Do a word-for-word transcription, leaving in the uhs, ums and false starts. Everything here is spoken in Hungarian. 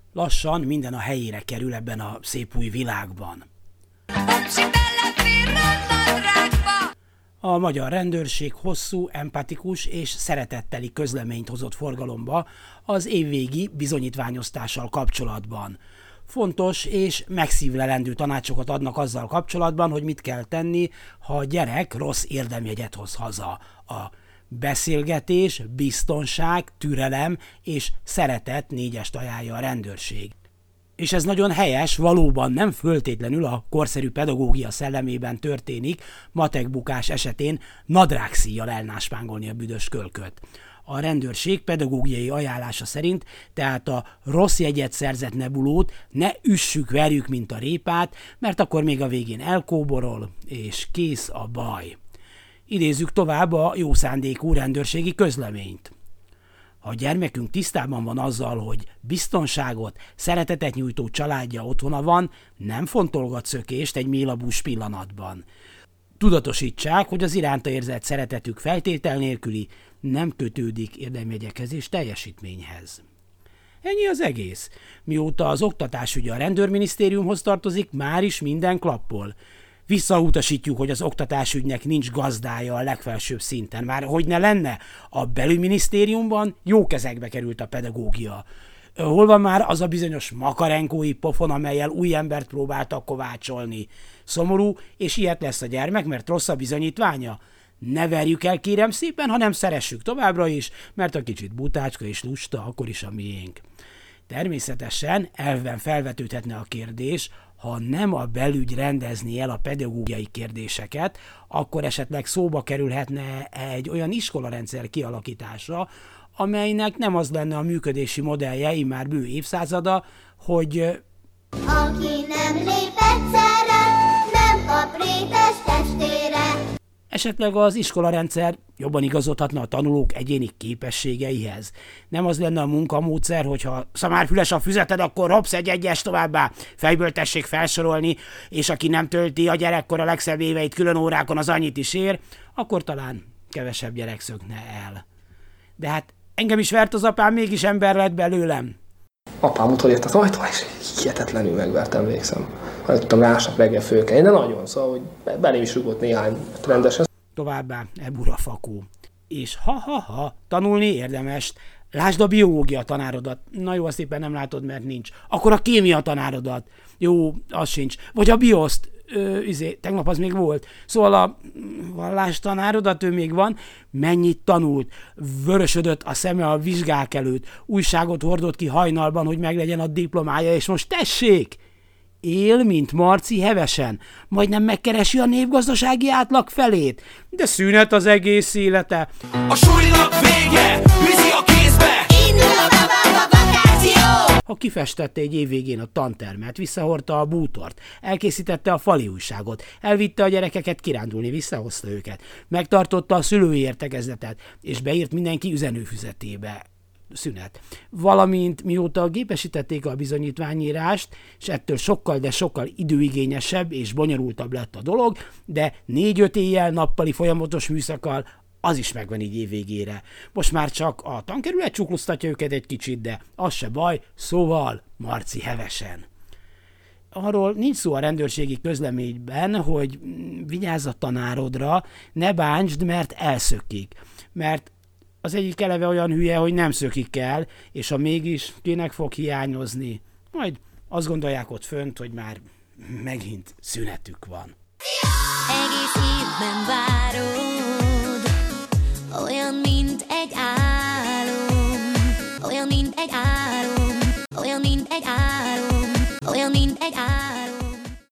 Lassan minden a helyére kerül ebben a szép új világban. A magyar rendőrség hosszú, empatikus és szeretetteli közleményt hozott forgalomba az évvégi bizonyítványosztással kapcsolatban. Fontos és megszívlelendő tanácsokat adnak azzal kapcsolatban, hogy mit kell tenni, ha a gyerek rossz érdemjegyet hoz haza. A beszélgetés, biztonság, türelem és szeretet négyest ajánlja a rendőrség. És ez nagyon helyes, valóban nem föltétlenül a korszerű pedagógia szellemében történik matekbukás esetén nadrágszíjjal elnáspángolni a büdös kölköt. A rendőrség pedagógiai ajánlása szerint tehát a rossz jegyet szerzett nebulót ne üssük, verjük, mint a répát, mert akkor még a végén elkóborol, és kész a baj. Idézzük tovább a jó szándékú rendőrségi közleményt. Ha a gyermekünk tisztában van azzal, hogy biztonságot, szeretetet nyújtó családja otthona van, nem fontolgat szökést egy mélabús pillanatban. Tudatosítsák, hogy az iránta érzett szeretetük feltétel nélküli, nem kötődik érdemjegyekhez és teljesítményhez. Ennyi az egész. Mióta az oktatásügy a rendőrminisztériumhoz tartozik, már is minden klappol. Visszautasítjuk, hogy az oktatásügynek nincs gazdája a legfelsőbb szinten. Már hogy ne lenne, a belügyminisztériumban jó kezekbe került a pedagógia. Hol van már az a bizonyos makarenkói pofon, amellyel új embert próbáltak kovácsolni? Szomorú, és ilyet lesz a gyermek, mert rossz a bizonyítványa? Ne verjük el, kérem szépen, hanem szeressük továbbra is, mert a kicsit butácska és lusta akkor is a miénk. Természetesen elven felvetődhetne a kérdés, ha nem a belügy rendezni el a pedagógiai kérdéseket, akkor esetleg szóba kerülhetne egy olyan iskolarendszer kialakítása, amelynek nem az lenne a működési modellje immár bő évszázada, hogy aki nem lép egyszerre, nem kap rétes testére. Esetleg az iskolarendszer jobban igazodhatna a tanulók egyéni képességeihez. Nem az lenne a munkamódszer, hogyha szamárfüles a füzeted, akkor hopsz egy egyes továbbá, fejből tessék felsorolni, és aki nem tölti a gyerekkor a legszebb éveit külön órákon, az annyit is ér, akkor talán kevesebb gyerek szökne el. De hát engem is vert az apám, mégis ember lett belőlem. Apám utolért az ajtó, és hihetetlenül megvert, emlékszem. Ha tudtam, másnap reggel fölkelni, de nagyon, szóval, hogy belém is rúgott néhány rendesen. Továbbá eburafakó. És ha-ha-ha, tanulni érdemes. Lásd a biológia tanárodat. Na jó, azt éppen nem látod, mert nincs. Akkor a kémia tanárodat. Jó, az sincs. Vagy a bioszt. Ö, izé, tegnap az még volt. Szóval a vallástanárodat, ő még van. Mennyit tanult. Vörösödött a szeme a vizsgák előtt. Újságot hordott ki hajnalban, hogy meglegyen a diplomája, és most tessék! Él, mint Marci hevesen, majdnem megkeresi a névgazdasági átlag felét, de szünet az egész élete. A sulinak vége, vízi a kézbe, Indul a babába vakáció! Ha kifestette egy év végén a tantermet, visszahordta a bútort, elkészítette a fali újságot, elvitte a gyerekeket kirándulni, visszahozta őket, megtartotta a szülői értekezletet, és beírt mindenki üzenőfüzetébe. Szünet. Valamint mióta gépesítették a bizonyítványírást, és ettől sokkal, de sokkal időigényesebb és bonyolultabb lett a dolog, de négy-öt éjjel nappali folyamatos műszakkal az is megvan így évvégére. Most már csak a tankerület csuklóztatja őket egy kicsit, de az se baj, szóval Marci hevesen. Arról nincs szó a rendőrségi közleményben, hogy vigyázz a tanárodra, ne bántsd, mert elszökik. Mert az egyik eleve olyan hülye, hogy nem szökik el, és ha mégis, kinek fog hiányozni? Majd azt gondolják ott fönt, hogy már megint szünetük van. Egész évben várod, olyan, mint egy álom, olyan, mint egy álom, olyan, mint egy álom, olyan, mint egy álom.